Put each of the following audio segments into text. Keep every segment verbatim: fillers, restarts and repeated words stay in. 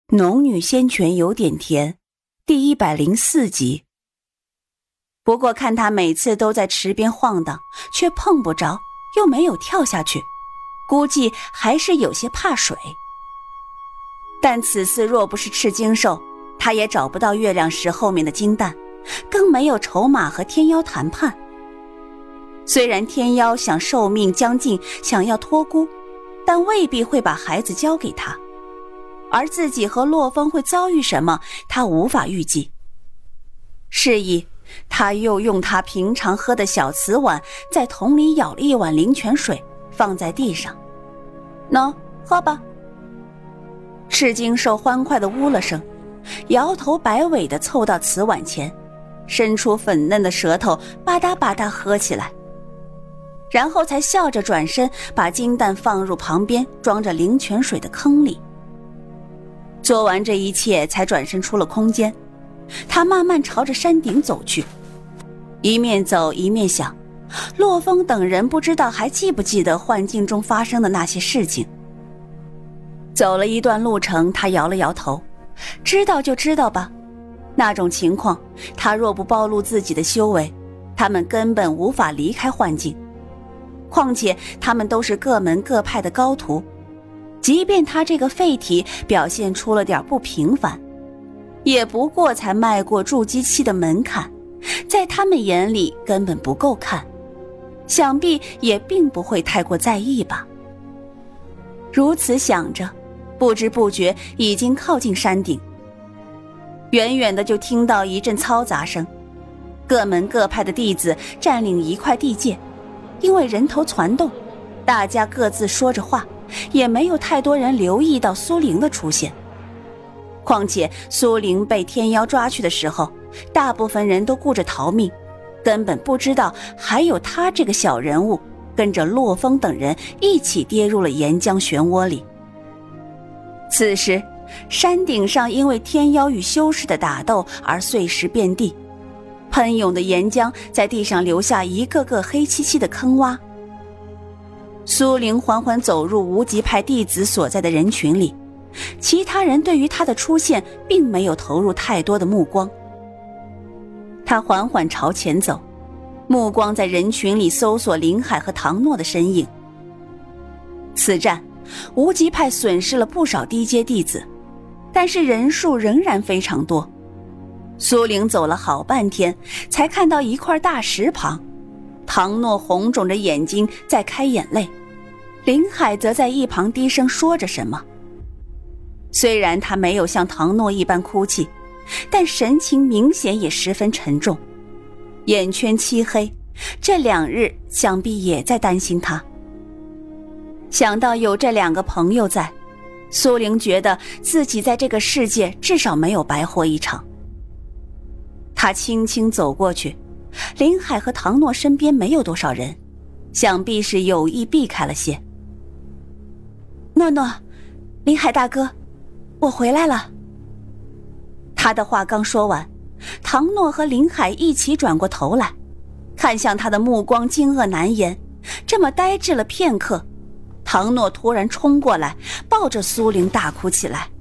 农女仙泉有点甜第一百零四集。不过看她每次都在池边晃荡，却碰不着，又没有跳下去，估计还是有些怕水。但此次若不是赤金兽，她也找不到月亮石后面的金蛋，更没有筹码和天妖谈判。虽然天妖想寿命将近，想要托孤，但未必会把孩子交给他。而自己和洛风会遭遇什么，他无法预计。示意，他又用他平常喝的小瓷碗，在桶里舀了一碗灵泉水，放在地上。喏，喝吧。赤金兽欢快地呜了声，摇头摆尾地凑到瓷碗前，伸出粉嫩的舌头，吧嗒吧嗒喝起来。然后才笑着转身，把金蛋放入旁边装着灵泉水的坑里。做完这一切，才转身出了空间。他慢慢朝着山顶走去，一面走一面想，洛风等人不知道还记不记得幻境中发生的那些事情。走了一段路程，他摇了摇头，知道就知道吧，那种情况，他若不暴露自己的修为，他们根本无法离开幻境。况且他们都是各门各派的高徒，即便他这个废体表现出了点不平凡，也不过才迈过筑基期的门槛，在他们眼里根本不够看，想必也并不会太过在意吧。如此想着，不知不觉已经靠近山顶。远远的就听到一阵嘈杂声，各门各派的弟子占领一块地界，因为人头攒动，大家各自说着话，也没有太多人留意到苏灵的出现。况且苏灵被天妖抓去的时候，大部分人都顾着逃命，根本不知道还有他这个小人物跟着洛风等人一起跌入了岩浆漩涡里。此时山顶上因为天妖与修士的打斗而碎石遍地，喷涌的岩浆在地上留下一个个黑漆漆的坑洼。苏灵缓缓走入无极派弟子所在的人群里，其他人对于他的出现并没有投入太多的目光。他缓缓朝前走，目光在人群里搜索林海和唐诺的身影。此战无极派损失了不少低阶弟子，但是人数仍然非常多。苏灵走了好半天，才看到一块大石旁，唐诺红肿着眼睛在开眼泪，林海则在一旁低声说着什么。虽然他没有像唐诺一般哭泣，但神情明显也十分沉重，眼圈漆黑，这两日想必也在担心他。想到有这两个朋友在，苏灵觉得自己在这个世界至少没有白活一场。他轻轻走过去，林海和唐诺身边没有多少人，想必是有意避开了些。诺诺，林海大哥，我回来了。他的话刚说完，唐诺和林海一起转过头来，看向他的目光惊愕难言，这么呆滞了片刻，唐诺突然冲过来，抱着苏灵大哭起来。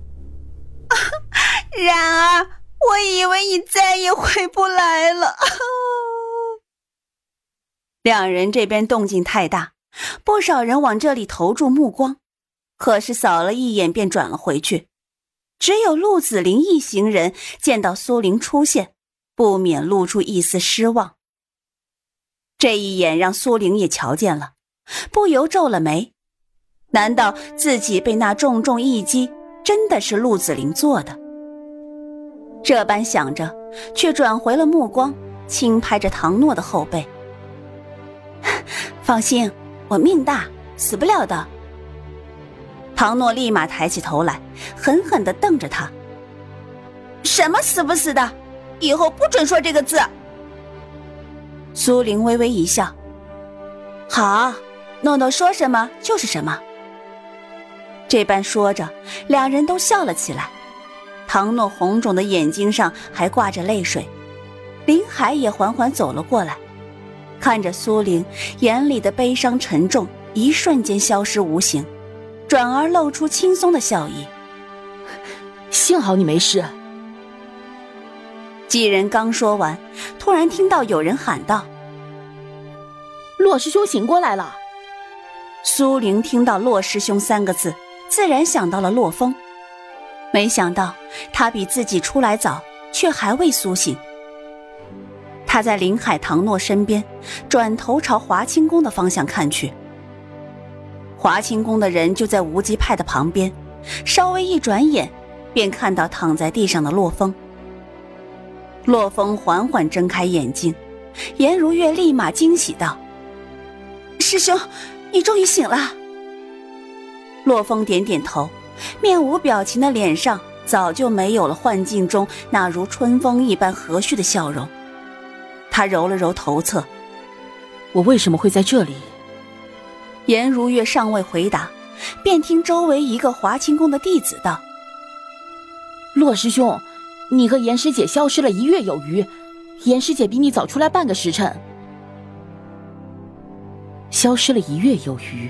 然儿，我以为你再也回不来了。 两人这边动静太大，不少人往这里投注目光，可是扫了一眼便转了回去。只有陆子霖一行人见到苏灵出现，不免露出一丝失望。这一眼让苏灵也瞧见了，不由皱了眉。难道自己被那重重一击真的是陆子霖做的？这般想着，却转回了目光，轻拍着唐诺的后背。放心，我命大，死不了的。唐诺立马抬起头来，狠狠地瞪着他。 什么死不死的，以后不准说这个字。 苏灵微微一笑，好，诺诺说什么就是什么。这般说着，两人都笑了起来。唐诺红肿的眼睛上还挂着泪水，林海也缓缓走了过来，看着苏灵，眼里的悲伤沉重一瞬间消失无形，转而露出轻松的笑意。 幸好你没事。 几人刚说完，突然听到有人喊道： 洛师兄醒过来了。 苏玲听到洛师兄三个字，自然想到了洛风，没想到他比自己出来早，却还未苏醒。他在林海唐诺身边，转头朝华清宫的方向看去。华清宫的人就在无极派的旁边，稍微一转眼，便看到躺在地上的洛风。洛风缓缓睁开眼睛，颜如月立马惊喜道：师兄，你终于醒了。洛风点点头，面无表情的脸上早就没有了幻境中那如春风一般和煦的笑容。他揉了揉头侧， 我为什么会在这里？ 颜如月尚未回答，便听周围一个华清宫的弟子道： 洛师兄，你和严师姐消失了一月有余，严师姐比你早出来半个时辰。消失了一月有余。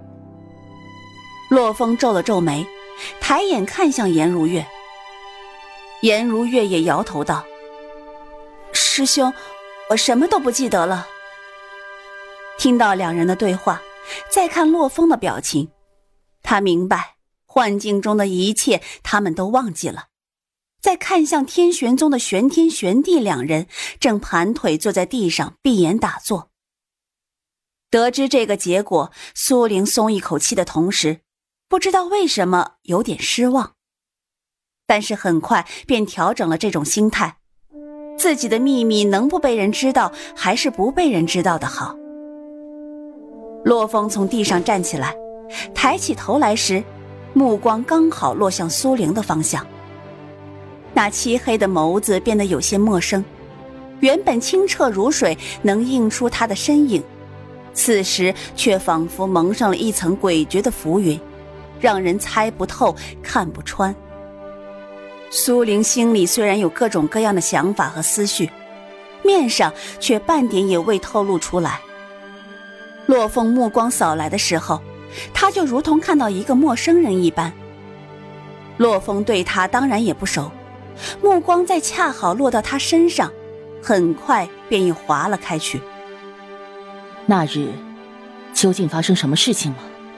洛风皱了皱眉，抬眼看向颜如月。颜如月也摇头道：师兄，我什么都不记得了。听到两人的对话，再看洛风的表情，他明白幻境中的一切他们都忘记了。再看向天玄宗的玄天玄地两人，正盘腿坐在地上闭眼打坐。得知这个结果，苏玲松一口气的同时，不知道为什么有点失望，但是很快便调整了这种心态。自己的秘密能不被人知道，还是不被人知道的好。洛风从地上站起来，抬起头来时，目光刚好落向苏玲的方向。那漆黑的眸子变得有些陌生，原本清澈如水，能映出他的身影，此时却仿佛蒙上了一层诡谲的浮云，让人猜不透，看不穿。苏玲心里虽然有各种各样的想法和思绪，面上却半点也未透露出来。洛风目光扫来的时候，他就如同看到一个陌生人一般。洛风对他当然也不熟，目光在恰好落到他身上，很快便又滑了开去。 那日究竟发生什么事情了？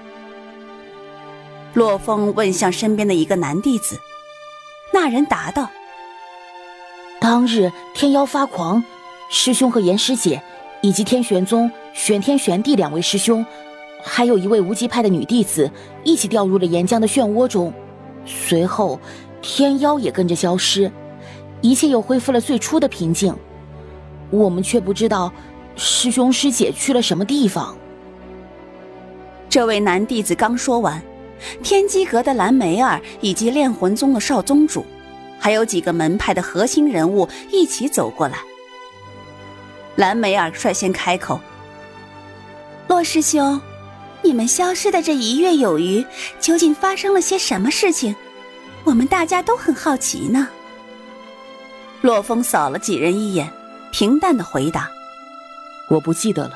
洛风问向身边的一个男弟子。那人答道： 当日天妖发狂，师兄和严师姐以及天玄宗玄天玄地两位师兄，还有一位无极派的女弟子一起掉入了岩浆的漩涡中，随后天妖也跟着消失，一切又恢复了最初的平静。我们却不知道师兄师姐去了什么地方。 这位男弟子刚说完，天机阁的蓝梅儿以及炼魂宗的少宗主，还有几个门派的核心人物一起走过来。蓝梅儿率先开口：洛师兄，你们消失的这一月有余，究竟发生了些什么事情？我们大家都很好奇呢。洛风扫了几人一眼，平淡地回答： 我不记得了。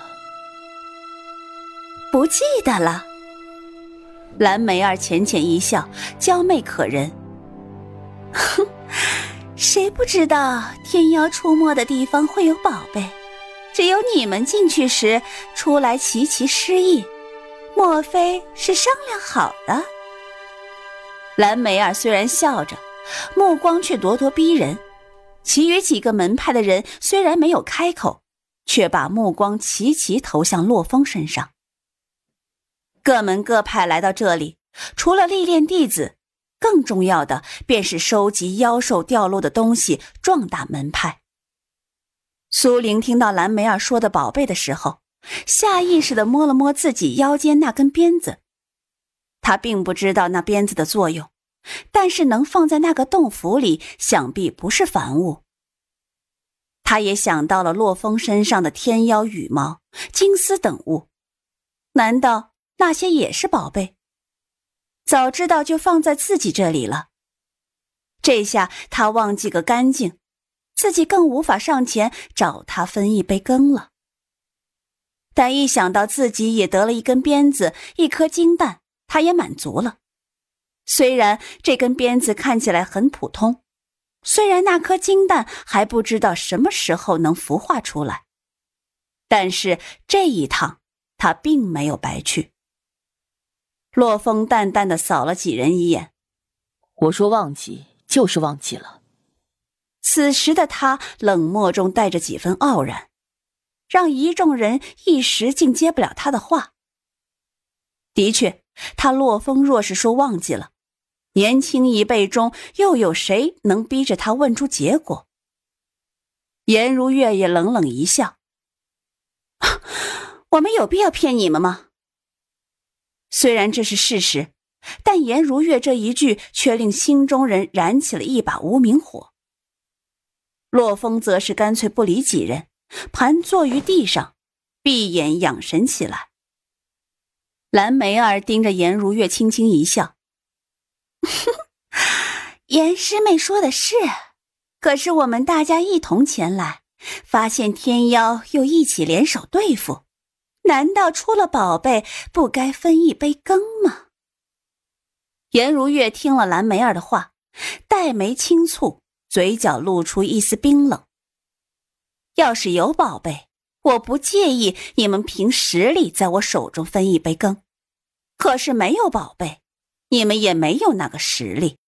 不记得了？蓝梅儿浅浅一笑，娇媚可人。哼，谁不知道天妖出没的地方会有宝贝？只有你们进去时出来齐齐失忆，莫非是商量好的？蓝梅儿虽然笑着，目光却咄咄逼人。其余几个门派的人虽然没有开口，却把目光齐齐投向洛风身上。各门各派来到这里，除了历练弟子，更重要的便是收集妖兽掉落的东西，壮大门派。苏玲听到蓝梅儿说的宝贝的时候，下意识地摸了摸自己腰间那根鞭子。她并不知道那鞭子的作用，但是能放在那个洞府里，想必不是凡物。她也想到了洛风身上的天妖羽毛、金丝等物，难道那些也是宝贝？早知道就放在自己这里了。这下他忘记个干净，自己更无法上前找他分一杯羹了。但一想到自己也得了一根鞭子，一颗金蛋，他也满足了。 虽然这根鞭子看起来很普通，虽然那颗金蛋还不知道什么时候能孵化出来，但是这一趟他并没有白去。洛风淡淡地扫了几人一眼， 我说忘记就是忘记了。 此时的他冷漠中带着几分傲然，让一众人一时竟接不了他的话。的确，他洛风若是说忘记了，年轻一辈中又有谁能逼着他问出结果？颜如月也冷冷一笑，我们有必要骗你们吗？虽然这是事实，但颜如月这一句却令心中人燃起了一把无名火。洛风则是干脆不理几人，盘坐于地上，闭眼养神起来。蓝梅儿盯着颜如月轻轻一笑， 颜师妹说的是，可是我们大家一同前来，发现天妖又一起联手对付，难道出了宝贝不该分一杯羹吗？ 颜如月听了蓝梅儿的话，黛眉轻蹙，嘴角露出一丝冰冷。要是有宝贝，我不介意你们凭实力在我手中分一杯羹，可是没有宝贝，你们也没有那个实力。